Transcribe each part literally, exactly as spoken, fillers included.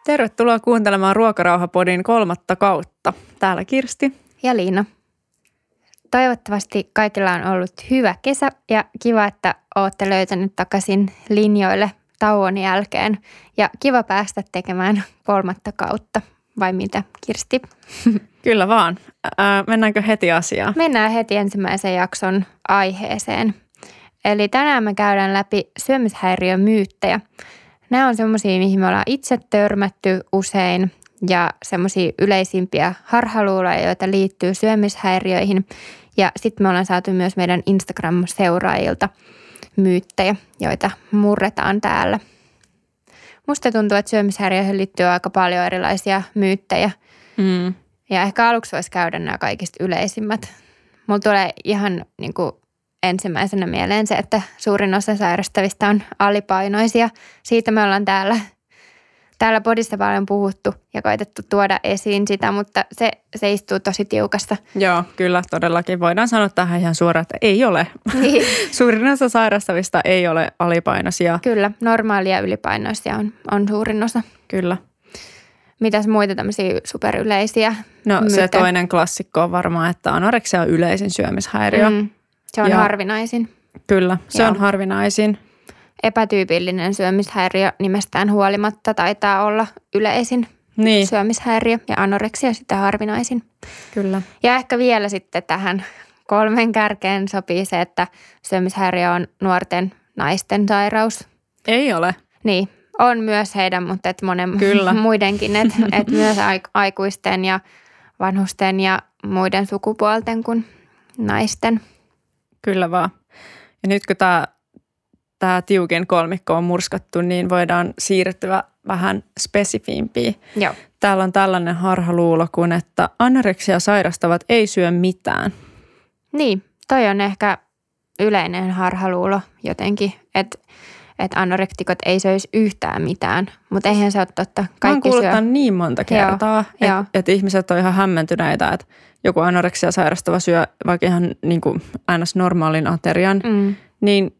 Tervetuloa kuuntelemaan Ruokarauha-podin kolmatta kautta. Täällä Kirsti ja Liina. Toivottavasti kaikilla on ollut hyvä kesä ja kiva, että olette löytäneet takaisin linjoille tauon jälkeen. Ja kiva päästä tekemään kolmatta kautta, vai mitä Kirsti? Kyllä vaan. Ää, mennäänkö heti asiaan? Mennään heti ensimmäisen jakson aiheeseen. Eli tänään me käydään läpi syömishäiriömyyttejä. Nämä on semmoisia, mihin me ollaan itse törmätty usein ja semmoisia yleisimpiä harhaluuloja, joita liittyy syömishäiriöihin. Ja sitten me ollaan saatu myös meidän Instagram-seuraajilta myyttejä, joita murretaan täällä. Musta tuntuu, että syömishäiriöihin liittyy aika paljon erilaisia myyttejä. Mm. Ja ehkä aluksi voisi käydä nämä kaikista yleisimmät. Mulla tulee ihan niin kuin ensimmäisenä mieleen se, että suurin osa sairastavista on alipainoisia. Siitä me ollaan täällä, täällä podissa paljon puhuttu ja koitettu tuoda esiin sitä, mutta se, se istuu tosi tiukassa. Joo, kyllä todellakin. Voidaan sanoa tähän ihan suoraan, että ei ole. Niin. Suurin osa sairastavista ei ole alipainoisia. Kyllä, normaalia ylipainoisia on, on suurin osa. Kyllä. Mitäs muita tämmöisiä superyleisiä No myyttejä? Se toinen klassikko on varmaan, että anoreksia on yleisin syömishäiriö. Mm, se on ja harvinaisin. Kyllä, se Joo. on harvinaisin. Epätyypillinen syömishäiriö nimestään huolimatta taitaa olla yleisin Niin. syömishäiriö ja anoreksia sitä harvinaisin. Kyllä. Ja ehkä vielä sitten tähän kolmen kärkeen sopii se, että syömishäiriö on nuorten naisten sairaus. Ei ole. Niin, on myös heidän, mutta et monen Kyllä. muidenkin, että et myös aikuisten ja vanhusten ja muiden sukupuolten kuin naisten. Kyllä vaan. Ja nyt kun tämä tämä tiukin kolmikko on murskattu, niin voidaan siirtyä vähän spesifiimpiin. Joo. Täällä on tällainen harhaluulo kuin, että anoreksia sairastavat ei syö mitään. Niin, toi on ehkä yleinen harhaluulo jotenkin, että että anorektikot ei söisi yhtään mitään, mutta eihän se ole totta. Kaikki Mä oon syö. kuullut niin monta kertaa, Joo. että et ihmiset on ihan hämmentyneitä, että joku anoreksia sairastava syö vaikka ihan niin kuin ns. Normaalin aterian, Mm. niin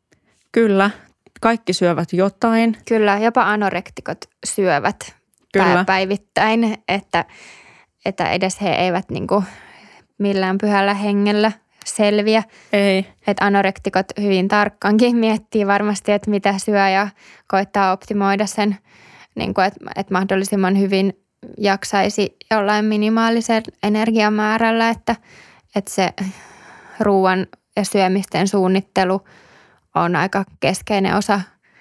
kyllä, kaikki syövät jotain. Kyllä, jopa anorektikot syövät Kyllä. päivittäin, että, että edes he eivät niin kuin millään pyhällä hengellä selviä. Ei. Että anorektikot hyvin tarkkaankin miettii varmasti, että mitä syö ja koittaa optimoida sen, niin kuin, että, että mahdollisimman hyvin jaksaisi jollain minimaalisen energiamäärällä, että, että se ruoan ja syömisten suunnittelu on aika keskeinen osa.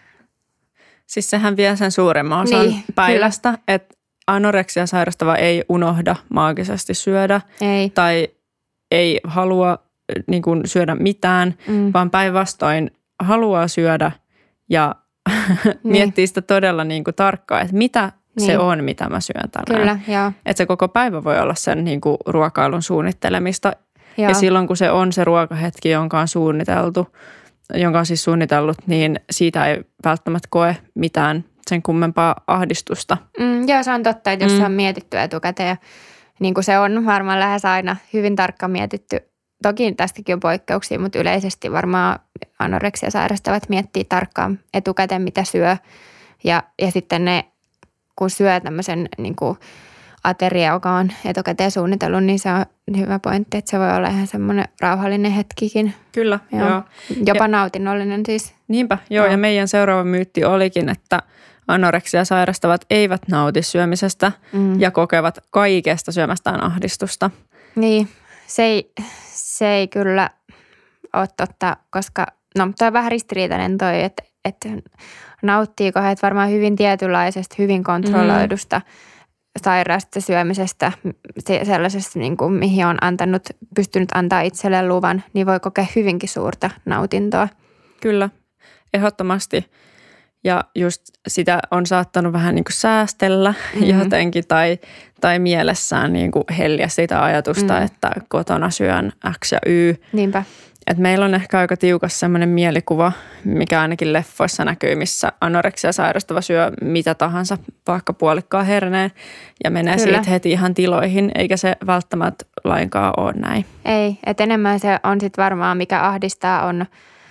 Siis sehän vie sen suuremman osan Niin, päivästä, että anoreksia sairastava ei unohda maagisesti syödä Ei. tai ei halua niin kuin syödä mitään, Mm. vaan päinvastoin haluaa syödä ja niin. miettii sitä todella niin kuin tarkkaan, että mitä niin. se on, mitä mä syön tänään. Kyllä, joo. Että se koko päivä voi olla sen niin kuin ruokailun suunnittelemista. Joo. Ja silloin, kun se on se ruokahetki, jonka on suunniteltu, jonka on siis suunnitellut, niin siitä ei välttämättä koe mitään sen kummempaa ahdistusta. Mm, joo, se on totta, että jos Mm. se on mietitty etukäteen ja niin kuin se on varmaan lähes aina hyvin tarkkaan mietitty. Toki tästäkin on poikkeuksia, mutta yleisesti varmaan anoreksia sairastavat miettii tarkkaan etukäteen, mitä syö. Ja, ja sitten ne, kun syö tämmöisen niin kuin ateria, joka on etukäteen suunnitellut, niin se on hyvä pointti, että se voi olla ihan semmoinen rauhallinen hetkikin. Kyllä, joo. joo. Jopa ja, nautinnollinen siis. Niinpä, joo. Joo. Ja meidän seuraava myytti olikin, että anoreksia sairastavat eivät nauti syömisestä Mm. ja kokevat kaikesta syömästään ahdistusta. Niin, se ei, se ei kyllä ole totta, koska no toi on vähän ristiriitainen toi, että, että nauttiiko he varmaan hyvin tietynlaisesta, hyvin kontrolloidusta mm. sairaasta syömisestä, sellaisesta, niin kuin, mihin on antanut, pystynyt antaa itselleen luvan, niin voi kokea hyvinkin suurta nautintoa. Kyllä, ehdottomasti. Ja just sitä on saattanut vähän niin kuin säästellä mm-hmm. jotenkin tai, tai mielessään niin kuin helliä sitä ajatusta, mm. että kotona syön X ja Y. Niinpä. Et meillä on ehkä aika tiukas sellainen mielikuva, mikä ainakin leffoissa näkyy, missä anoreksia sairastava syö mitä tahansa, vaikka puolikkaan herneen ja menee Kyllä. siitä heti ihan tiloihin, eikä se välttämättä lainkaan ole näin. Ei, että enemmän se on sitten varmaan, mikä ahdistaa, on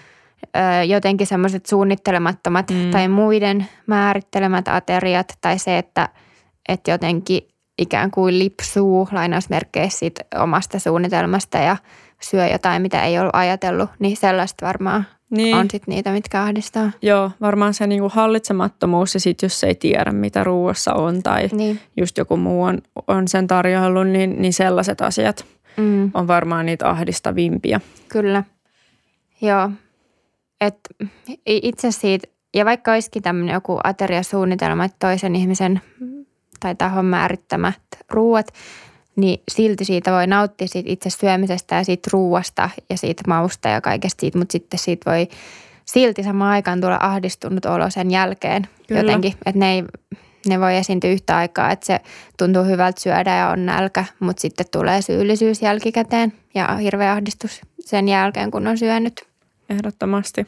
jotenkin semmoiset suunnittelemattomat mm. tai muiden määrittelemät ateriat tai se, että, että jotenkin ikään kuin lipsuu lainausmerkkeissä siitä omasta suunnitelmasta ja syö jotain, mitä ei ollut ajatellut, niin sellaista varmaan niin. on sitten niitä, mitkä ahdistaa. Joo, varmaan se niinku hallitsemattomuus ja sitten jos ei tiedä, mitä ruuassa on tai niin. just joku muu on, on sen tarjoillut, niin, niin sellaiset asiat mm. on varmaan niitä ahdistavimpia. Kyllä, joo. Et itse siitä, ja vaikka olisikin tämmöinen joku ateriasuunnitelma, että toisen ihmisen tai tahon määrittämät ruuat, niin silti siitä voi nauttia siitä itse syömisestä ja siitä ruuasta ja siitä mausta ja kaikesta siitä, mutta sitten siitä voi silti samaan aikaan tulla ahdistunut olo sen jälkeen Kyllä. jotenkin, että ne, ei, ne voi esiintyä yhtä aikaa, että se tuntuu hyvältä syödä ja on nälkä, mutta sitten tulee syyllisyys jälkikäteen ja hirveä ahdistus sen jälkeen, kun on syönyt. Ehdottomasti.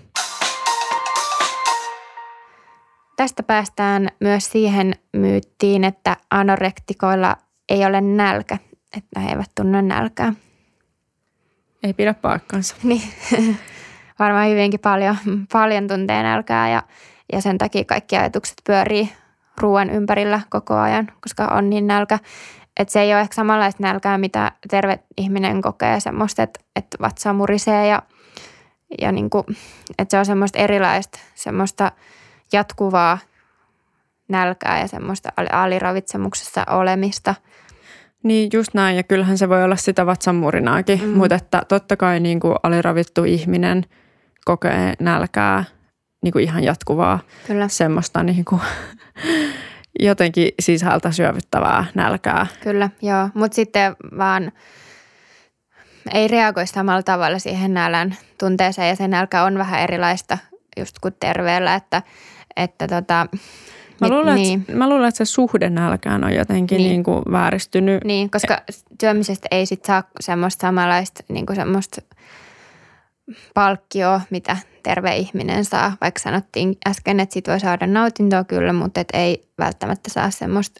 Tästä päästään myös siihen myyttiin, että anorektikoilla ei ole nälkä, että he eivät tunne nälkää. Ei pidä paikkansa. Niin, varmaan hyvinkin paljon, paljon tuntee nälkää ja, ja sen takia kaikki ajatukset pyörii ruoan ympärillä koko ajan, koska on niin nälkä. Että se ei ole ehkä samanlaista nälkää, mitä terve ihminen kokee, semmoista, että, että vatsa murisee ja, ja niin kuin, että se on semmoista erilaista, semmoista jatkuvaa nälkää ja semmoista aliravitsemuksessa olemista. Niin just näin ja kyllähän se voi olla sitä vatsanmurinaakin, mm. mutta että totta kai niin kuin aliravittu ihminen kokee nälkää niin kuin ihan jatkuvaa Kyllä. semmoista niin kuin jotenkin sisältä syövyttävää nälkää. Kyllä, joo, mutta sitten vaan ei reagoi samalla tavalla siihen nälän tunteeseen ja se nälkä on vähän erilaista just kuin terveellä, että, että tota, Mä luulen, niin. että, mä luulen, että se suhde nälkään on jotenkin niin. Niin kuin vääristynyt. Niin, koska syömisestä ei sit saa semmoista samanlaista niin kuin semmoista palkkioa, mitä terve ihminen saa. Vaikka sanottiin äsken, että sit voi saada nautintoa kyllä, mutta et ei välttämättä saa semmoista,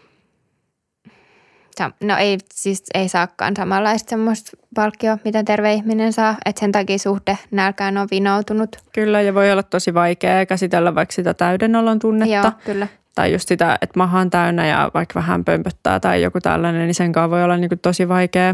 no ei siis ei saakaan samanlaista semmoista palkkioa, mitä terve ihminen saa. Että sen takia suhde nälkään on vinoutunut. Kyllä, ja voi olla tosi vaikea käsitellä vaikka sitä täydenolon tunnetta. Joo, kyllä. Tai just sitä, että maha on täynnä ja vaikka vähän pömpöttää tai joku tällainen, niin sen kanssa voi olla niin kuin tosi vaikea,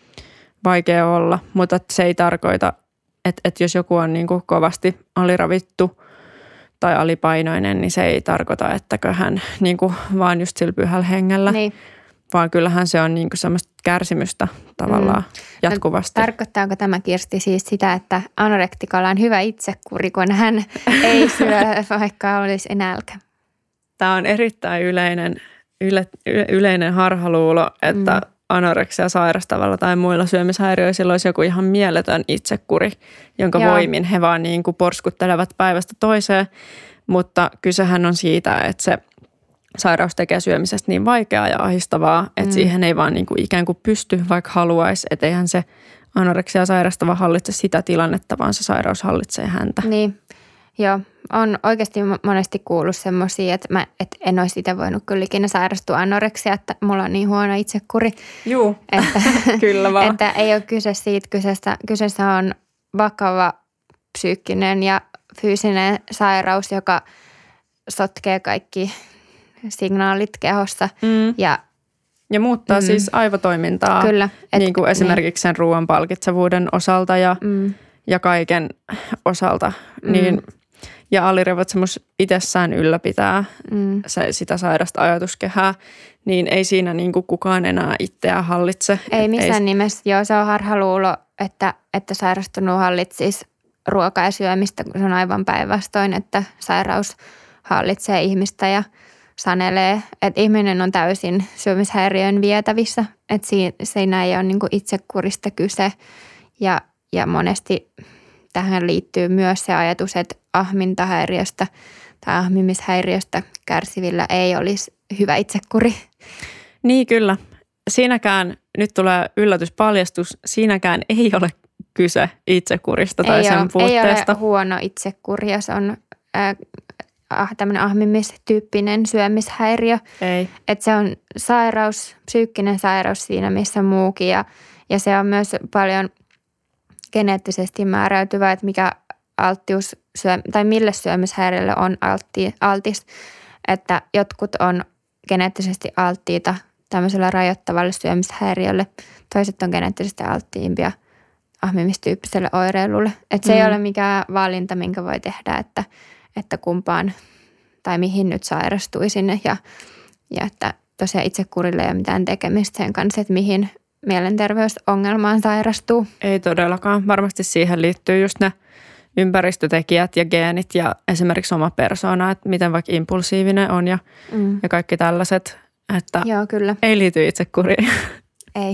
vaikea olla. Mutta se ei tarkoita, että, että jos joku on niin kuin kovasti aliravittu tai alipainoinen, niin se ei tarkoita, että hän niin kuin vaan just sillä pyhällä hengellä. Niin. Vaan kyllähän se on niinku semmoista kärsimystä tavallaan mm. jatkuvasti. No, tarkoittaako tämä, Kirsti, siis sitä, että anorektikolla on hyvä itsekuri, kun hän ei syö, vaikka olisi nälkä? Tämä on erittäin yleinen, yle, yleinen harhaluulo, että mm. anoreksia sairastavalla tai muilla syömishäiriöisillä olisi joku ihan mieletön itsekuri, jonka Joo. voimin he vaan niin kuin porskuttelevat päivästä toiseen. Mutta kysehän on siitä, että se sairaus tekee syömisestä niin vaikeaa ja ahdistavaa, että mm. siihen ei vaan niin kuin ikään kuin pysty, vaikka haluaisi. Että eihän se anoreksia sairastava hallitse sitä tilannetta, vaan se sairaus hallitsee häntä. Niin, joo. On oikeasti monesti kuullut semmoisia, että mä et en olisi itse voinut kyllä ikinä sairastua anoreksia, että mulla on niin huono itsekuri. Juu, että, kyllä vaan. Että ei ole kyse siitä. Kyseessä, kyseessä on vakava psyykkinen ja fyysinen sairaus, joka sotkee kaikki signaalit kehossa. Mm. Ja, ja muuttaa mm. siis aivotoimintaa. Kyllä. Et, niin kuin esimerkiksi niin. sen ruoan palkitsevuuden osalta ja, mm. ja kaiken osalta. Mm. Niin, ja aliravitsemus itsessään ylläpitää mm. se, sitä sairasta ajatuskehää, niin ei siinä niin kuin kukaan enää itseään hallitse. Ei missään ei... nimessä. Joo, se on harhaluulo, että, että sairastunut hallitsisi ruokaa ja syömistä, kun se on aivan päinvastoin, että sairaus hallitsee ihmistä ja sanelee, että ihminen on täysin syömishäiriön vietävissä, että siinä ei ole niin kuin itsekurista kyse ja, ja monesti tähän liittyy myös se ajatus, että ahmintahäiriöstä tai ahmimishäiriöstä kärsivillä ei olisi hyvä itsekuri. Niin kyllä. Siinäkään, nyt tulee yllätyspaljastus, siinäkään ei ole kyse itsekurista tai ei sen ole, puutteesta. Ei ole huono itsekuri ja se on äh, ah, tämmöinen ahmimistyyppinen syömishäiriö. Ei. Että se on sairaus, psyykkinen sairaus siinä missä muukin ja, ja se on myös paljon geneettisesti määräytyvä, että mikä alttius syö, tai mille syömishäiriölle on altti, altis. Että jotkut on geneettisesti alttiita tämmöiselle rajoittavalle syömishäiriölle. Toiset on geneettisesti alttiimpia ahmimistyyppiselle oireilulle. Että se mm. ei ole mikään valinta, minkä voi tehdä, että, että kumpaan tai mihin nyt sairastuisin. Ja, ja että tosiaan itsekurille ei ole mitään tekemistä sen kanssa, että mihin mielenterveysongelmaan sairastuu. Ei todellakaan. Varmasti siihen liittyy just ne ympäristötekijät ja geenit ja esimerkiksi oma persoona, että miten vaikka impulsiivinen on ja, mm. ja kaikki tällaiset, että Joo, kyllä. ei liity itsekuriin. Ei.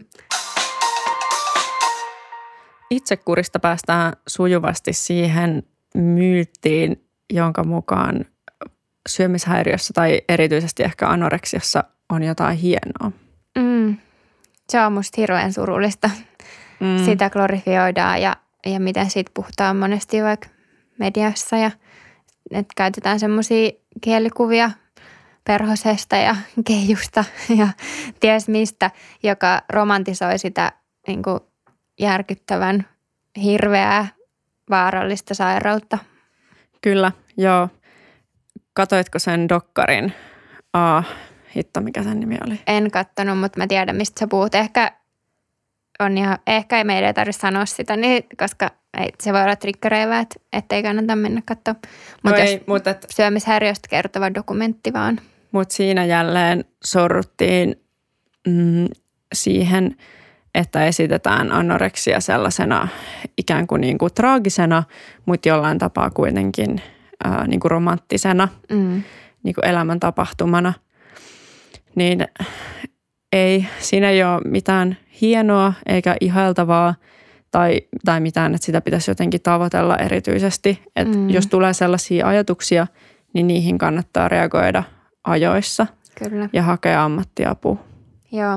Itsekurista päästään sujuvasti siihen myyttiin, jonka mukaan syömishäiriössä tai erityisesti ehkä anoreksiassa on jotain hienoa. Mm. Se on musta hirveän surullista. Mm. Sitä glorifioidaan ja, ja miten siitä puhutaan monesti vaikka mediassa ja että käytetään semmoisia kielikuvia perhosesta ja keijusta ja ties mistä, joka romantisoi sitä niin kuin järkyttävän hirveää vaarallista sairautta. Kyllä, joo. Katoitko sen dokkarin? Ah, hitto, mikä sen nimi oli? En kattonut, mutta mä tiedän, mistä sä puhut. Ehkä, on ihan, ehkä ei meidän tarvitse sanoa sitä, niin, koska ei, se voi olla triggereivää, että ettei kannata mennä katsoa. No Mut ei, mutta et, syömishäiriöstä kertova dokumentti vaan. Mutta siinä jälleen sorruttiin mm, siihen, että esitetään anoreksia sellaisena ikään kuin, niin kuin traagisena, mutta jollain tapaa kuitenkin ää, niin kuin romanttisena mm. niin kuin elämän tapahtumana. Niin ei, siinä ei ole mitään hienoa eikä ihailtavaa tai, tai mitään, että sitä pitäisi jotenkin tavoitella erityisesti. Että mm. jos tulee sellaisia ajatuksia, niin niihin kannattaa reagoida ajoissa. Kyllä. Ja hakea ammattiapua. Joo.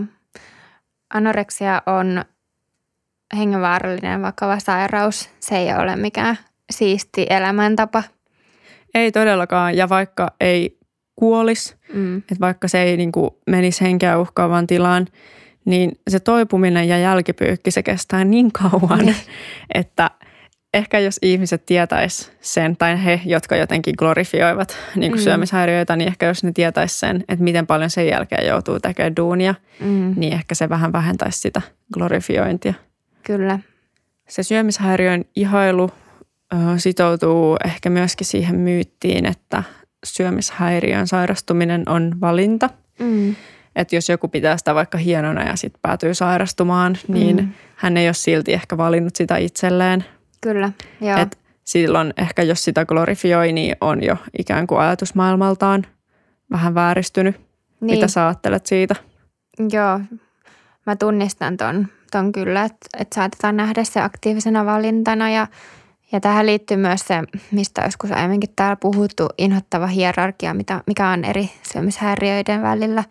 Anoreksia on hengenvaarallinen vakava sairaus. Se ei ole mikään siisti elämäntapa. Ei todellakaan. Ja vaikka ei kuolisi, mm. että vaikka se ei niin kuin menisi henkeä uhkaavaan tilaan, niin se toipuminen ja jälkipyykki, se kestää niin kauan, että ehkä jos ihmiset tietäis sen, tai he, jotka jotenkin glorifioivat niin kuin mm. syömishäiriöitä, niin ehkä jos ne tietäis sen, että miten paljon sen jälkeen joutuu tekemään duunia, mm. niin ehkä se vähän vähentäisi sitä glorifiointia. Kyllä. Se syömishäiriön ihailu ö, sitoutuu ehkä myöskin siihen myyttiin, että syömishäiriön sairastuminen on valinta. Mm. Että jos joku pitää sitä vaikka hienona ja sitten päätyy sairastumaan, niin mm. hän ei ole silti ehkä valinnut sitä itselleen. Kyllä, joo. Et silloin ehkä jos sitä glorifioi, niin on jo ikään kuin ajatusmaailmaltaan vähän vääristynyt. Niin. Mitä sä ajattelet siitä? Joo, mä tunnistan ton, ton kyllä, että et saatetaan nähdä se aktiivisena valintana ja, ja tähän liittyy myös se, mistä joskus aiemminkin täällä puhuttu, inhottava hierarkia, mitä, mikä on eri syömishäiriöiden välillä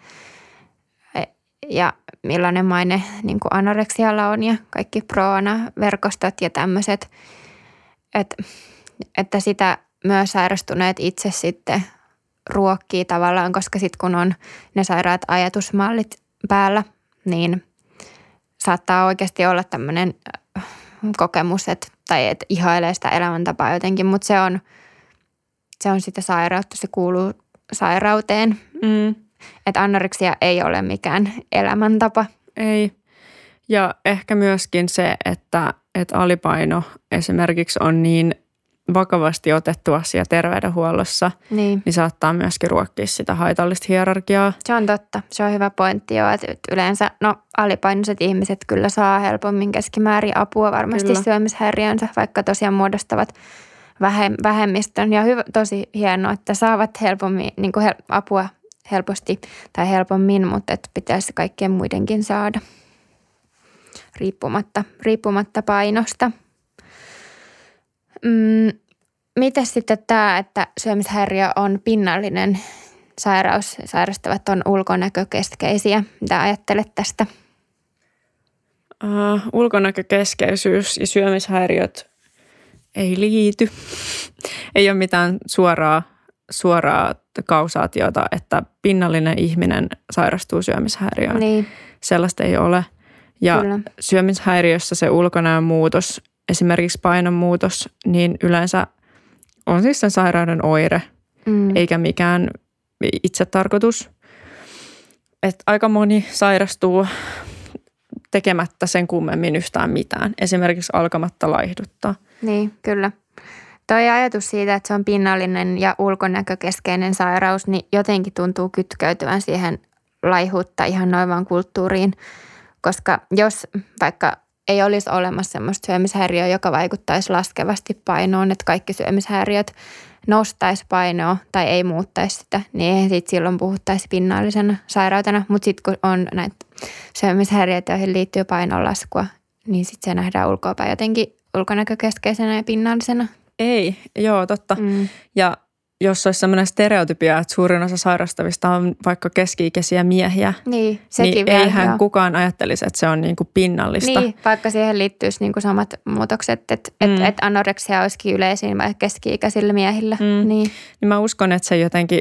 ja millainen maine niin kuin anoreksialla on ja kaikki pro-ana-verkostot ja tämmöiset, Et, että sitä myös sairastuneet itse sitten ruokkii tavallaan, koska sitten kun on ne sairaat ajatusmallit päällä, niin saattaa oikeasti olla tämmöinen kokemus, että, tai että ihailee sitä elämäntapaa jotenkin, mutta se on, se on sitä sairautta, se kuuluu sairauteen. Mm. Että anoreksia ei ole mikään elämäntapa. Ei. Ja ehkä myöskin se, että, että alipaino esimerkiksi on niin vakavasti otettu asia terveydenhuollossa, niin. niin saattaa myöskin ruokkia sitä haitallista hierarkiaa. Se on totta. Se on hyvä pointti jo, että yleensä no, alipainoiset ihmiset kyllä saa helpommin keskimäärin apua varmasti kyllä. syömishäiriönsä, vaikka tosiaan muodostavat vähemmistön. Ja hyvä, tosi hienoa, että saavat helpommin niin kuin hel- apua helposti tai helpommin, mutta että pitäisi kaikkien muidenkin saada. Riippumatta, riippumatta painosta. Mm, mites sitten tämä, että syömishäiriö on pinnallinen sairaus, sairastavat on ulkonäkökeskeisiä? Mitä ajattelet tästä? Uh, ulkonäkökeskeisyys ja syömishäiriöt ei liity. Ei ole mitään suoraa, suoraa kausaatiota, että pinnallinen ihminen sairastuu syömishäiriöön. Niin. Sellaista ei ole. Ja Kyllä. syömishäiriössä se ulkonäön muutos esimerkiksi painonmuutos, niin yleensä on siis sen sairauden oire, mm. eikä mikään itsetarkoitus. Että aika moni sairastuu tekemättä sen kummemmin yhtään mitään, esimerkiksi alkamatta laihduttaa. Niin, kyllä. Toi ajatus siitä, että se on pinnallinen ja ulkonäkökeskeinen sairaus, niin jotenkin tuntuu kytkeytyvän siihen laihuutta ihan noin vaan kulttuuriin. Koska jos vaikka ei olisi olemassa semmoista syömishäiriöä, joka vaikuttaisi laskevasti painoon, että kaikki syömishäiriöt nostaisi painoa tai ei muuttaisi sitä, niin eihän siitä silloin puhuttaisi pinnallisena sairautena. Mutta sitten kun on näitä syömishäiriöitä, joihin liittyy painonlaskua, niin sitten se nähdään ulkoapäin jotenkin ulkonäkökeskeisenä ja pinnallisena. Ei, joo, totta. Mm. Ja jos olisi sellainen stereotypia, että suurin osa sairastavista on vaikka keski-ikäisiä miehiä, niin, sekin niin vielä, eihän joo. kukaan ajattelisi, että se on niin kuin pinnallista. Niin, vaikka siihen liittyisi niin kuin samat muutokset, että mm. et, et anoreksia olisikin yleisin vaikka keski-ikäisillä miehillä. Mm. Niin. niin mä uskon, että se jotenkin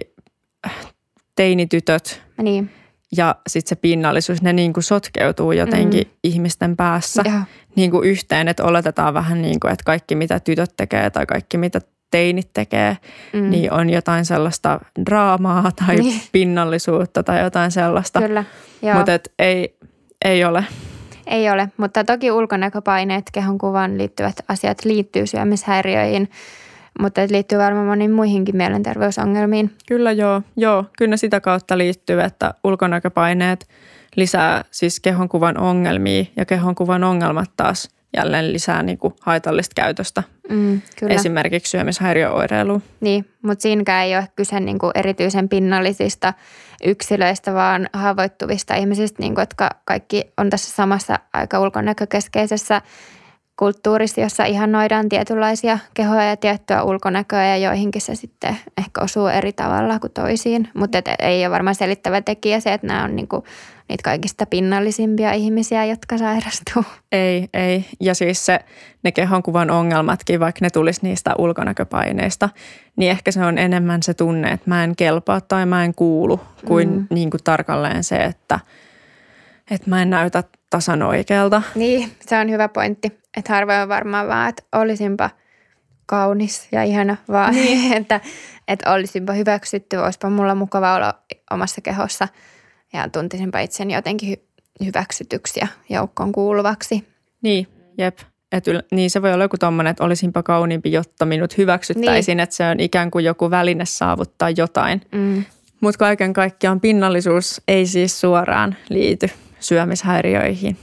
teinitytöt niin. ja sitten se pinnallisuus, ne niin kuin sotkeutuu jotenkin mm. ihmisten päässä niin kuin yhteen, että oletetaan vähän niin kuin, että kaikki mitä tytöt tekee tai kaikki mitä teinit tekee, mm. niin on jotain sellaista draamaa tai niin. pinnallisuutta tai jotain sellaista. Kyllä, joo. Mutta ei, ei ole. Ei ole, mutta toki ulkonäköpaineet, kehon kuvaan liittyvät asiat liittyy syömishäiriöihin, mutta liittyy varmaan moniin muihinkin mielenterveysongelmiin. Kyllä joo, joo. Kyllä sitä kautta liittyy, että ulkonäköpaineet lisää siis kehonkuvan ongelmia ja kehonkuvan ongelmat taas jälleen lisää niin kuin haitallista käytöstä. Mm, kyllä. Esimerkiksi syömishäiriöoireilua. Niin, mutta siinäkään ei ole kyse niin kuin erityisen pinnallisista yksilöistä, vaan haavoittuvista ihmisistä, niin kuin, jotka kaikki on tässä samassa aika ulkonäkökeskeisessä kulttuurissa, jossa ihannoidaan tietynlaisia kehoja ja tiettyä ulkonäköä ja joihinkin se sitten ehkä osuu eri tavalla kuin toisiin. Mutta ei ole varmaan selittävä tekijä se, että nämä on niinku niitä kaikista pinnallisimpia ihmisiä, jotka sairastuu. Ei, ei. Ja siis se, ne kehonkuvan ongelmatkin, vaikka ne tulisi niistä ulkonäköpaineista, niin ehkä se on enemmän se tunne, että mä en kelpaa tai mä en kuulu, kuin, mm. niin kuin tarkalleen se, että, että mä en näytä tasan oikealta. Niin, se on hyvä pointti. Että harvoin on varmaan vaan, että olisinpa kaunis ja ihana, vaan niin. että, että olisinpa hyväksytty, olisipa mulla mukava olla omassa kehossa ja tuntisinpa itseni jotenkin hy- hyväksytyksi ja joukkoon kuuluvaksi. Niin, jep. Et yl- niin se voi olla joku tommoinen, että olisinpa kauniimpi, jotta minut hyväksyttäisiin, niin. Että se on ikään kuin joku väline saavuttaa jotain. Mm. Mutta kaiken kaikkiaan pinnallisuus ei siis suoraan liity syömishäiriöihin.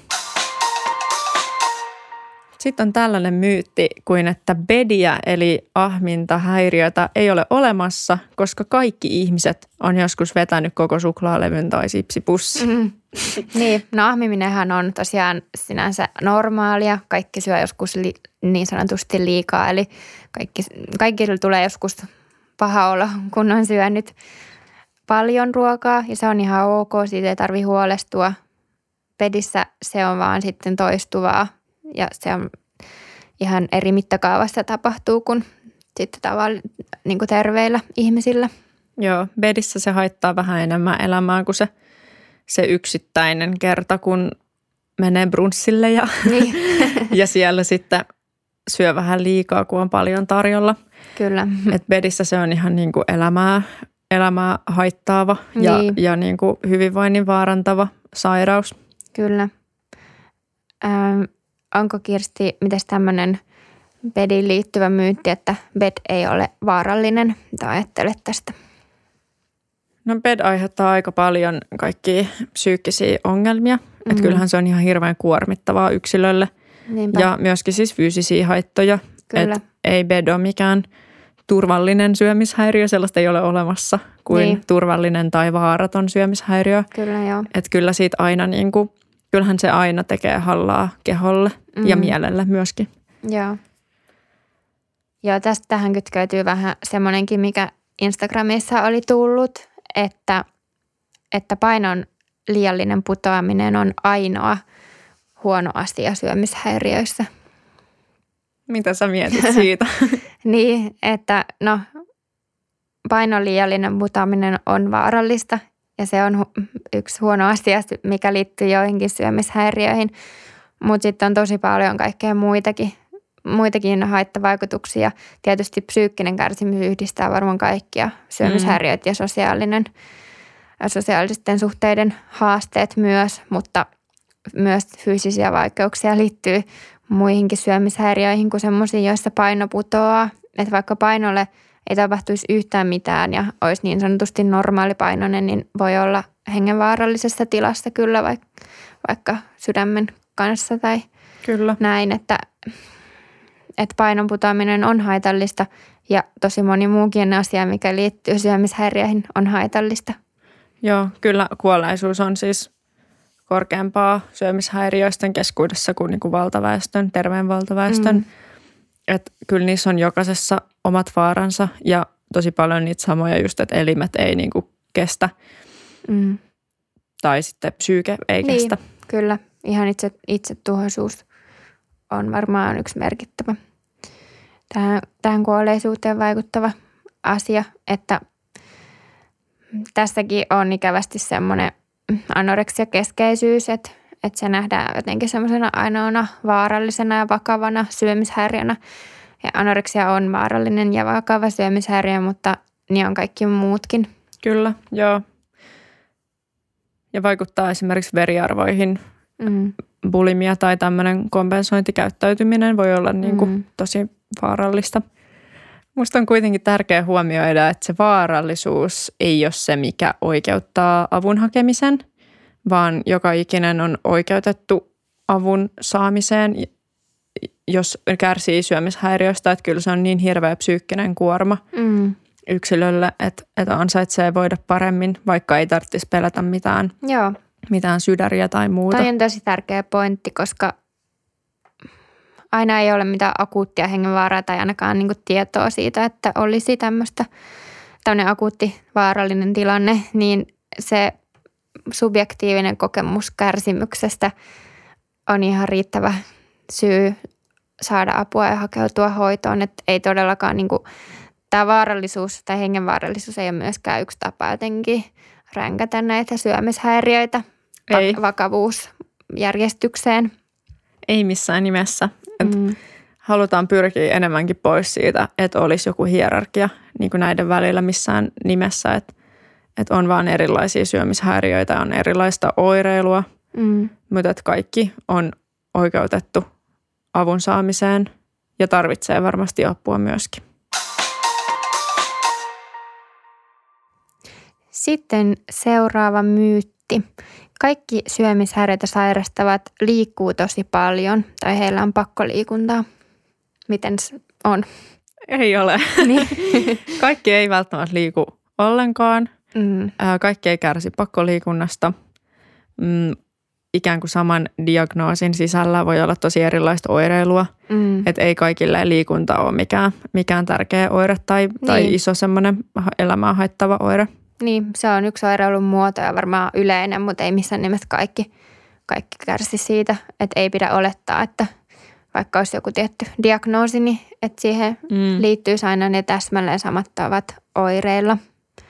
Sitten on tällainen myytti kuin, että bediä eli ahmintahäiriötä ei ole olemassa, koska kaikki ihmiset on joskus vetänyt koko suklaalevyn tai sipsipussin. Mm-hmm. Niin, no ahmiminenhan on tosiaan sinänsä normaalia. Kaikki syö joskus li, niin sanotusti liikaa, eli kaikki, kaikille tulee joskus paha olo, kun on syönyt paljon ruokaa ja se on ihan ok, siitä ei tarvitse huolestua. Bedissä se on vaan sitten toistuvaa. Ja se on ihan eri mittakaavassa tapahtuu kuin sitten tavallaan niin kuin terveillä ihmisillä. Joo, bedissä se haittaa vähän enemmän elämää kuin se, se yksittäinen kerta, kun menee brunssille ja, niin. ja siellä sitten syö vähän liikaa, kun on paljon tarjolla. Kyllä. Et bedissä se on ihan niin kuin elämää, elämää haittaava niin. ja, ja niin kuin hyvinvoinnin vaarantava sairaus. Kyllä. Ähm. Onko Kirsti, mites tämmöinen bediin liittyvä myytti, että bed ei ole vaarallinen? Mitä ajattelet tästä? No bed aiheuttaa aika paljon kaikkia psyykkisiä ongelmia. Mm-hmm. Että kyllähän se on ihan hirveän kuormittavaa yksilölle. Niinpä. Ja myöskin siis fyysisiä haittoja. Että ei bed ole mikään turvallinen syömishäiriö. Sellaista ei ole olemassa kuin niin. turvallinen tai vaaraton syömishäiriö. Kyllä joo. Että kyllä siitä aina niin kuin kyllähän se aina tekee hallaa keholle mm. ja mielelle myöskin. Joo. Joo, tästä tähän kytkeytyy vähän semmoinenkin, mikä Instagramissa oli tullut, että, että painon liiallinen putoaminen on ainoa huono asia syömishäiriöissä. Mitä sä mietit siitä? Niin, että no painon liiallinen putoaminen on vaarallista. Ja se on yksi huono asia, mikä liittyy joihinkin syömishäiriöihin. Mutta sitten on tosi paljon kaikkea muitakin muitakin haittavaikutuksia. Tietysti psyykkinen kärsimys yhdistää varmaan kaikkia syömishäiriöt mm. ja sosiaalinen, sosiaalisten suhteiden haasteet myös, mutta myös fyysisiä vaikeuksia liittyy muihinkin syömishäiriöihin kuin semmoisiin, joissa paino putoaa. Että vaikka painolle ei tapahtuisi yhtään mitään ja olisi niin sanotusti normaalipainoinen, niin voi olla hengenvaarallisessa tilassa kyllä vaikka, vaikka sydämen kanssa tai kyllä. näin, että, että painon putoaminen on haitallista ja tosi moni muukin asia, mikä liittyy syömishäiriöihin, on haitallista. Joo, kyllä kuolleisuus on siis korkeampaa syömishäiriöisten keskuudessa kuin, niin kuin valtaväestön, terveen valtaväestön. Mm. Että kyllä niissä on jokaisessa omat vaaransa ja tosi paljon niitä samoja just, että elimet ei niin kuin kestä mm. tai sitten psyyke ei niin, kestä. Kyllä, ihan itse, itsetuhoisuus on varmaan yksi merkittävä tähän, tähän kuolleisuuteen vaikuttava asia, että tässäkin on ikävästi semmoinen anoreksiakeskeisyys, että, että se nähdään jotenkin semmoisena ainoana vaarallisena ja vakavana syömishäiriönä. Ja anoreksia on vaarallinen ja vakava syömishäiriö, mutta niin on kaikki muutkin. Kyllä, joo. Ja vaikuttaa esimerkiksi veriarvoihin. Mm. Bulimia tai tämmöinen kompensointikäyttäytyminen voi olla niin kuin mm. tosi vaarallista. Musta on kuitenkin tärkeää huomioida, että se vaarallisuus ei ole se, mikä oikeuttaa avun hakemisen, vaan joka ikinen on oikeutettu avun saamiseen, jos kärsii syömishäiriöstä. Että kyllä se on niin hirveä psyykkinen kuorma mm. yksilölle, että, että ansaitsee voida paremmin, vaikka ei tarvitsisi pelätä mitään, Joo. mitään sydäriä tai muuta. Toi on tosi tärkeä pointti, koska aina ei ole mitään akuuttia hengenvaaraa tai ainakaan niin kuin tietoa siitä, että olisi tämmöistä tämmöinen akuutti vaarallinen tilanne, niin se subjektiivinen kokemus kärsimyksestä on ihan riittävä syy saada apua ja hakeutua hoitoon. Että ei todellakaan niin kuin, tämä vaarallisuus tai hengenvaarallisuus ei ole myöskään yksi tapa jotenkin ränkätä näitä syömishäiriöitä ei. vakavuusjärjestykseen. Ei missään nimessä. Mm. Halutaan pyrkiä enemmänkin pois siitä, että olisi joku hierarkia niin kuin näiden välillä missään nimessä, että, että on vaan erilaisia syömishäiriöitä, on erilaista oireilua, mm. mutta että kaikki on oikeutettu avun saamiseen ja tarvitsee varmasti apua myöskin. Sitten seuraava myytti. Kaikki syömishäiriöitä sairastavat liikkuu tosi paljon tai heillä on pakkoliikuntaa. Miten on? Ei ole. Niin. Kaikki ei välttämättä liiku ollenkaan. Mm. Kaikki ei kärsi pakkoliikunnasta. Mm, ikään kuin saman diagnoosin sisällä voi olla tosi erilaista oireilua. Mm. Että ei kaikille liikunta ole mikään, mikään tärkeä oire tai, niin. tai iso semmoinen elämää haittava oire. Niin, se on yksi oireilun muoto ja varmaan yleinen, mutta ei missään nimessä kaikki, kaikki kärsi siitä. Että ei pidä olettaa, että vaikka olisi joku tietty diagnoosi, niin että siihen mm. liittyisi aina ne täsmälleen samat tavat oireilla.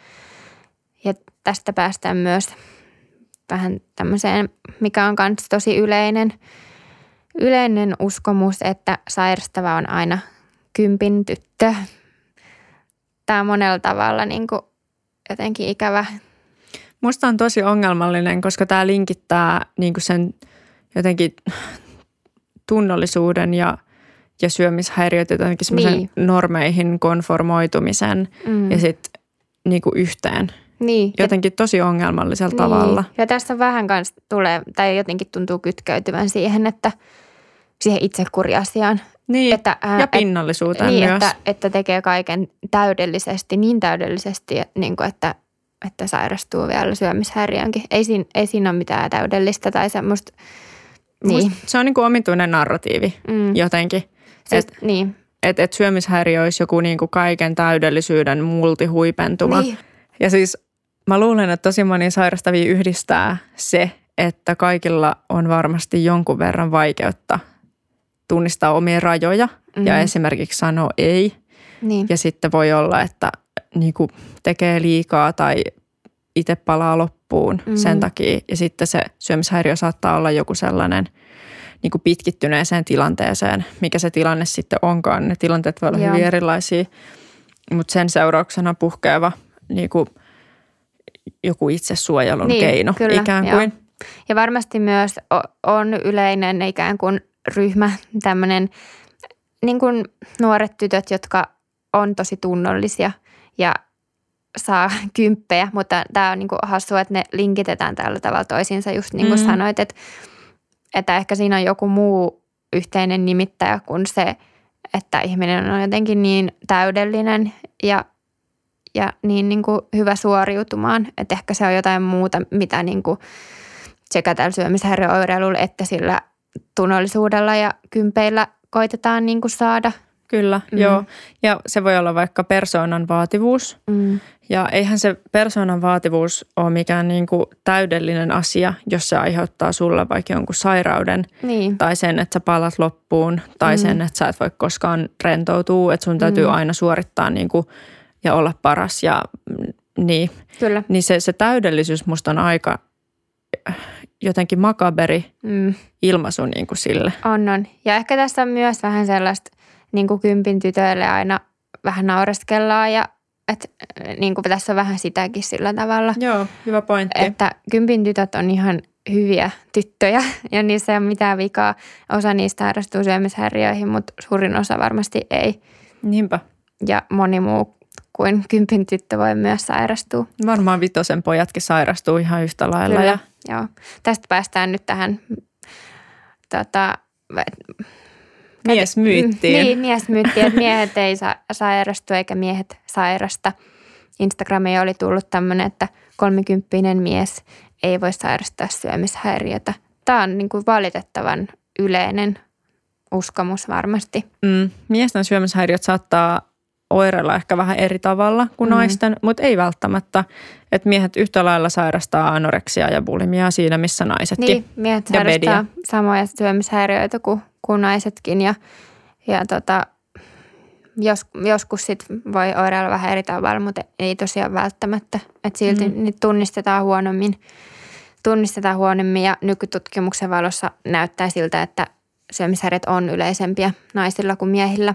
Ja tästä päästään myös vähän tämmöiseen, mikä on myös tosi yleinen, yleinen uskomus, että sairastava on aina kympin tyttö. Tämä on monella tavalla niin kuin jotenkin ikävä. Musta on tosi ongelmallinen, koska tämä linkittää niin kuin sen jotenkin tunnollisuuden ja, ja syömishäiriöt jotenkin semmoisen niin. normeihin konformoitumisen mm. ja sitten niin kuin yhteen. Niin. Jotenkin tosi ongelmallisella niin. tavalla. Ja tässä vähän kanssa tulee, tai jotenkin tuntuu kytkeytyvän siihen, että siihen itsekuriasiaan. Niin, että, ää, ja pinnallisuuteen niin, myös. Että, että tekee kaiken täydellisesti, niin täydellisesti, niin kuin että, että sairastuu vielä syömishäiriöönkin. Ei siinä, ei siinä ole mitään täydellistä tai semmoista. Niin. Se on niin kuin omituinen narratiivi mm. jotenkin. Siis, että niin. et, et syömishäiriö olisi joku niin kuin kaiken täydellisyyden multihuipentuma. Niin. Ja siis mä luulen, että tosi moni sairastavia yhdistää se, että kaikilla on varmasti jonkun verran vaikeutta tunnistaa omia rajoja mm-hmm. ja esimerkiksi sanoo ei. Niin. Ja sitten voi olla, että niinku tekee liikaa tai itse palaa loppuun mm-hmm. sen takia. Ja sitten se syömishäiriö saattaa olla joku sellainen niin kuin pitkittyneeseen tilanteeseen, mikä se tilanne sitten onkaan. Ne tilanteet voi olla Joo. hyvin erilaisia, mutta sen seurauksena puhkeava niin kuin joku itsesuojelun niin, keino kyllä, ikään joo. kuin. Ja varmasti myös on yleinen ikään kuin ryhmä, tämmöinen niin kuin nuoret tytöt, jotka on tosi tunnollisia ja saa kymppejä, mutta tämä on niin kuin hassua, että ne linkitetään tällä tavalla toisiinsa, just niin kuin mm. sanoit, että, että ehkä siinä on joku muu yhteinen nimittäjä kuin se, että ihminen on jotenkin niin täydellinen ja, ja niin, niin kuin hyvä suoriutumaan, että ehkä se on jotain muuta, mitä niin kuin sekä tällä syömishäiriöoireilulla että sillä tunnollisuudella ja kympeillä koitetaan niin kuin saada. Kyllä, mm. joo. Ja se voi olla vaikka persoonan vaativuus. Mm. Ja eihän se persoonan vaativuus ole mikään niin kuin täydellinen asia, jos se aiheuttaa sulle vaikka jonkun sairauden. Niin. Tai sen, että sä palat loppuun. Tai mm. sen, että sä et voi koskaan rentoutua. Että sun täytyy mm. aina suorittaa niin kuin, ja olla paras. Ja niin, Kyllä. niin se, se täydellisyys musta on aika jotenkin makaberi mm. ilmaisu niin kuin sille. On, on. Ja ehkä tässä on myös vähän sellaista niin kuin kympin tytöille aina vähän naureskellaan ja että niin kuin tässä on vähän sitäkin sillä tavalla. Joo, hyvä pointti. Että kympin tytöt on ihan hyviä tyttöjä ja niissä ei ole mitään vikaa. Osa niistä sairastuu syömishäiriöihin, mutta suurin osa varmasti ei. Niinpä. Ja moni muu kuin kympin tyttö voi myös sairastua. Varmaan vitosen pojatkin sairastuu ihan yhtä lailla. Kyllä, ja... joo. Tästä päästään nyt tähän tota, miesmyyttiin. Niin, miesmyyttiin, että miehet ei sa- sairastu eikä miehet sairasta. Instagramiin oli tullut tämmöinen, että kolmekymppinen mies ei voi sairastaa syömishäiriötä. Tämä on niin kuin valitettavan yleinen uskomus varmasti. Mm, miesten syömishäiriöt saattaa oireilla ehkä vähän eri tavalla kuin mm. naisten, mutta ei välttämättä. Että miehet yhtä lailla sairastaa anoreksia ja bulimiaa siinä, missä naisetkin. Niin, miehet sairastaa samoja syömishäiriöitä kuin, kuin naisetkin ja, ja tota, jos, joskus sit voi oireilla vähän eri tavalla, mutta ei tosiaan välttämättä. Että silti mm. niitä tunnistetaan huonommin, tunnistetaan huonommin ja nykytutkimuksen valossa näyttää siltä, että syömishäiriöt on yleisempiä naisilla kuin miehillä.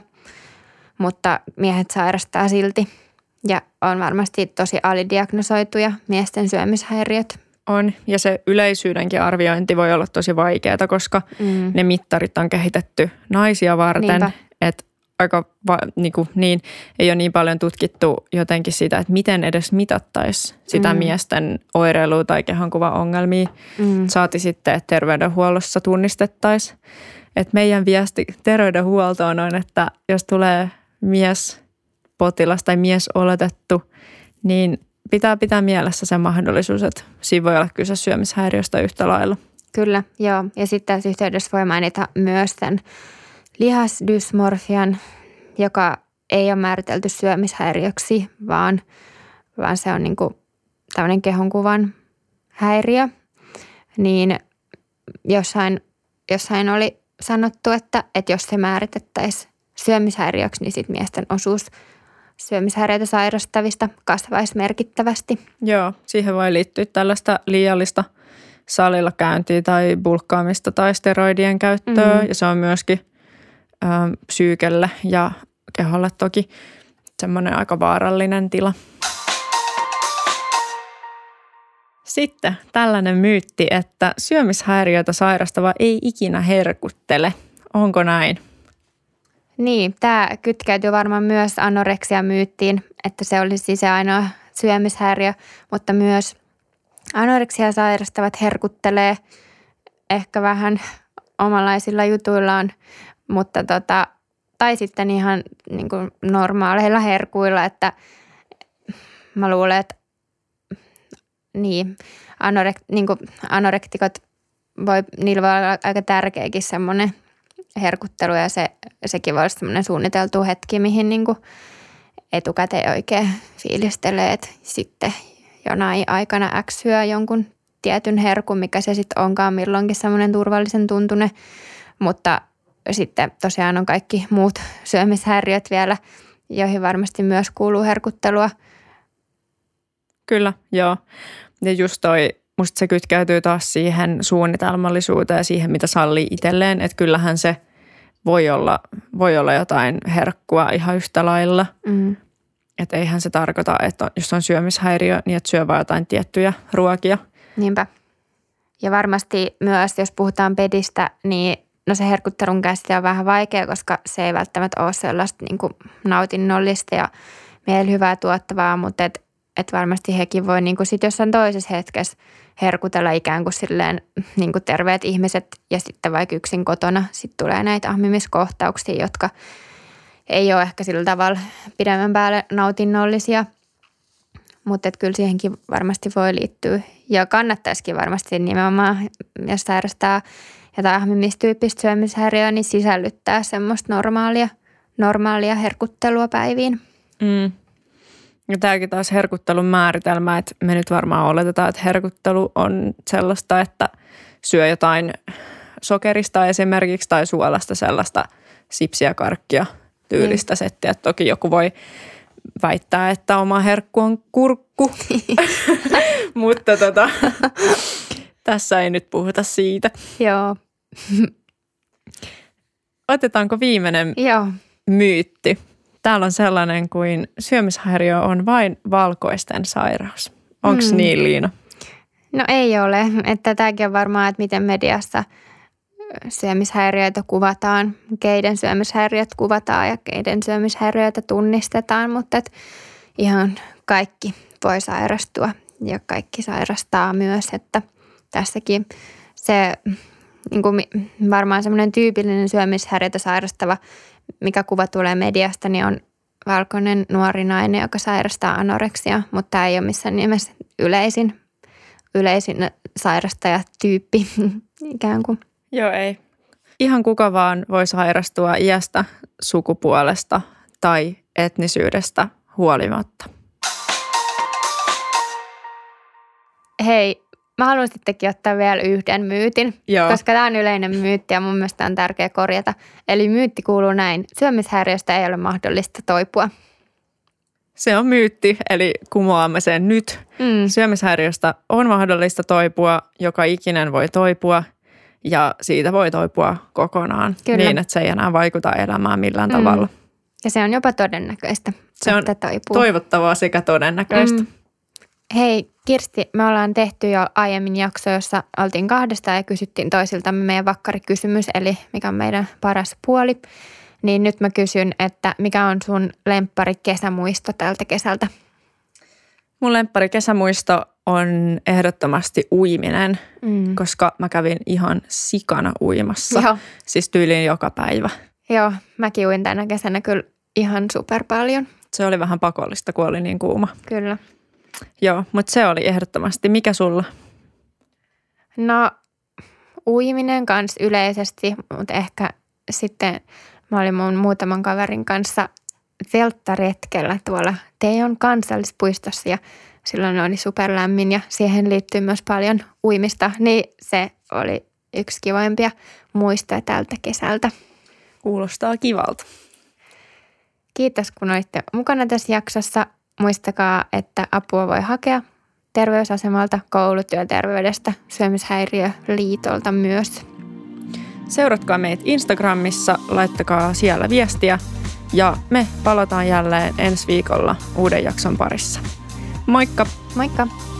Mutta miehet sairastaa silti ja on varmasti tosi alidiagnosoituja miesten syömishäiriöt. On, ja se yleisyydenkin arviointi voi olla tosi vaikeaa, koska mm. ne mittarit on kehitetty naisia varten. Että aika va, niin, kuin, niin, ei ole niin paljon tutkittu jotenkin sitä, että miten edes mitattaisiin sitä mm. miesten oireilua tai kehonkuvaongelmia. Mm. Saati sitten, että terveydenhuollossa tunnistettaisiin. Että meidän viesti terveydenhuoltoon on, että jos tulee miespotilas tai mies oletettu, niin pitää pitää mielessä se mahdollisuus, että siinä voi olla kyse syömishäiriöstä yhtä lailla. Kyllä, joo. Ja sitten tässä yhteydessä voi mainita myös tämän lihasdysmorfian, joka ei ole määritelty syömishäiriöksi, vaan, vaan se on niin kuin tämmöinen kehonkuvan häiriö. Niin jossain, jossain oli sanottu, että, että jos se määritettäisiin syömishäiriöksi, niin sitten miesten osuus syömishäiriöitä sairastavista kasvaisi merkittävästi. Joo, siihen voi liittyä tällaista liiallista salilla käyntiä tai bulkkaamista tai steroidien käyttöä. Mm-hmm. Ja se on myöskin ö, psyykelle ja keholle toki semmoinen aika vaarallinen tila. Sitten tällainen myytti, että syömishäiriötä sairastava ei ikinä herkuttele. Onko näin? Niin, tämä kytkeytyy varmaan myös anoreksia-myyttiin, että se olisi se ainoa syömishäiriö, mutta myös anoreksia sairastavat herkuttelee ehkä vähän omanlaisilla jutuillaan, mutta tota, tai sitten ihan niin kuin normaaleilla herkuilla, että mä luulen, että niin, anorek, niin kuin anorektikot voi, niillä voi olla aika tärkeäkin semmoinen herkuttelu ja se, sekin voi olla semmoinen suunniteltu hetki, mihin niin kuin etukäteen oikein fiilistelee, että sitten jonain aikana X syö jonkun tietyn herkun, mikä se sitten onkaan milloinkin semmoinen turvallisen tuntune, mutta sitten tosiaan on kaikki muut syömishäiriöt vielä, joihin varmasti myös kuuluu herkuttelua. Kyllä, joo. Ja just toi musta se kytkeytyy taas siihen suunnitelmallisuuteen ja siihen, mitä sallii itselleen. Että kyllähän se voi olla, voi olla jotain herkkua ihan yhtä lailla. Mm. Että eihän se tarkoita, että jos on syömishäiriö, niin että syö vaan jotain tiettyjä ruokia. Niinpä. Ja varmasti myös, jos puhutaan pedistä, niin no se herkuttelun käsite on vähän vaikea, koska se ei välttämättä ole sellaista niin kuin nautinnollista ja meillä hyvää tuottavaa, mutta et, et varmasti hekin voi niin kuin sit jossain toisessa hetkessä herkutella ikään kuin silleen niin kuin terveet ihmiset ja sitten vaikka yksin kotona sitten tulee näitä ahmimiskohtauksia, jotka ei ole ehkä sillä tavalla pidemmän päälle nautinnollisia, mutta et kyllä siihenkin varmasti voi liittyä ja kannattaisikin varmasti nimenomaan, jos sairastaa jotain ahmimistyyppistä syömishäiriöä, niin sisällyttää semmoista normaalia, normaalia herkuttelua päiviin. Mm. Ja tämäkin taas herkuttelun määritelmä, että me nyt varmaan oletetaan, että herkuttelu on sellaista, että syö jotain sokerista esimerkiksi tai suolasta sellaista sipsiä, karkkia tyylistä mm. settiä. Toki joku voi väittää, että oma herkku on kurkku, mutta tota, tässä ei nyt puhuta siitä. Joo. Otetaanko viimeinen Joo. myytti? Täällä on sellainen kuin syömishäiriö on vain valkoisten sairaus. Onko mm. niin, Liina? No ei ole. Että tämäkin on varmaan, että miten mediassa syömishäiriöitä kuvataan, keiden syömishäiriöt kuvataan ja keiden syömishäiriöitä tunnistetaan, mutta et ihan kaikki voi sairastua ja kaikki sairastaa myös, että tässäkin se niin kuin varmaan semmoinen tyypillinen syömishäiriötä sairastava, mikä kuva tulee mediasta, niin on valkoinen nuori nainen, joka sairastaa anoreksia, mutta tämä ei ole missään nimessä yleisin, yleisin sairastajatyyppi ikään kuin. Joo, ei. Ihan kuka vaan voi sairastua iästä, sukupuolesta tai etnisyydestä huolimatta. Hei, mä haluan sittenkin ottaa vielä yhden myytin, Joo. koska tämä on yleinen myytti ja mun mielestä on tärkeä korjata. Eli myytti kuuluu näin, syömishäiriöstä ei ole mahdollista toipua. Se on myytti, eli kumoamme sen nyt. Mm. Syömishäiriöstä on mahdollista toipua, joka ikinen voi toipua ja siitä voi toipua kokonaan. Kyllä. Niin, että se ei enää vaikuta elämään millään mm. tavalla. Ja se on jopa todennäköistä, se on toipuu. Toivottavaa sekä todennäköistä. Mm. Hei Kirsti, me ollaan tehty jo aiemmin jakso, jossa oltiin kahdestaan ja kysyttiin toisiltamme meidän vakkarikysymys, eli mikä on meidän paras puoli. Niin nyt mä kysyn, että mikä on sun lemppari kesämuisto tältä kesältä? Mun lemppari kesämuisto on ehdottomasti uiminen, mm. koska mä kävin ihan sikana uimassa. Joo. Siis tyyliin joka päivä. Joo, mäkin uin tänä kesänä kyllä ihan super paljon. Se oli vähän pakollista, kun oli niin kuuma. Kyllä. Joo, mutta se oli ehdottomasti. Mikä sulla? No uiminen kanssa yleisesti, mutta ehkä sitten mä olin mun muutaman kaverin kanssa telttaretkellä tuolla Teijon kansallispuistossa ja silloin oli superlämmin ja siihen liittyy myös paljon uimista, niin se oli yksi kivoimpia muistoja tältä kesältä. Kuulostaa kivalta. Kiitos kun olitte mukana tässä jaksossa. Muistakaa, että apua voi hakea terveysasemalta, koulutyöterveydestä, syömishäiriöliitolta myös. Seuratkaa meitä Instagramissa, laittakaa siellä viestiä ja me palataan jälleen ensi viikolla uuden jakson parissa. Moikka! Moikka!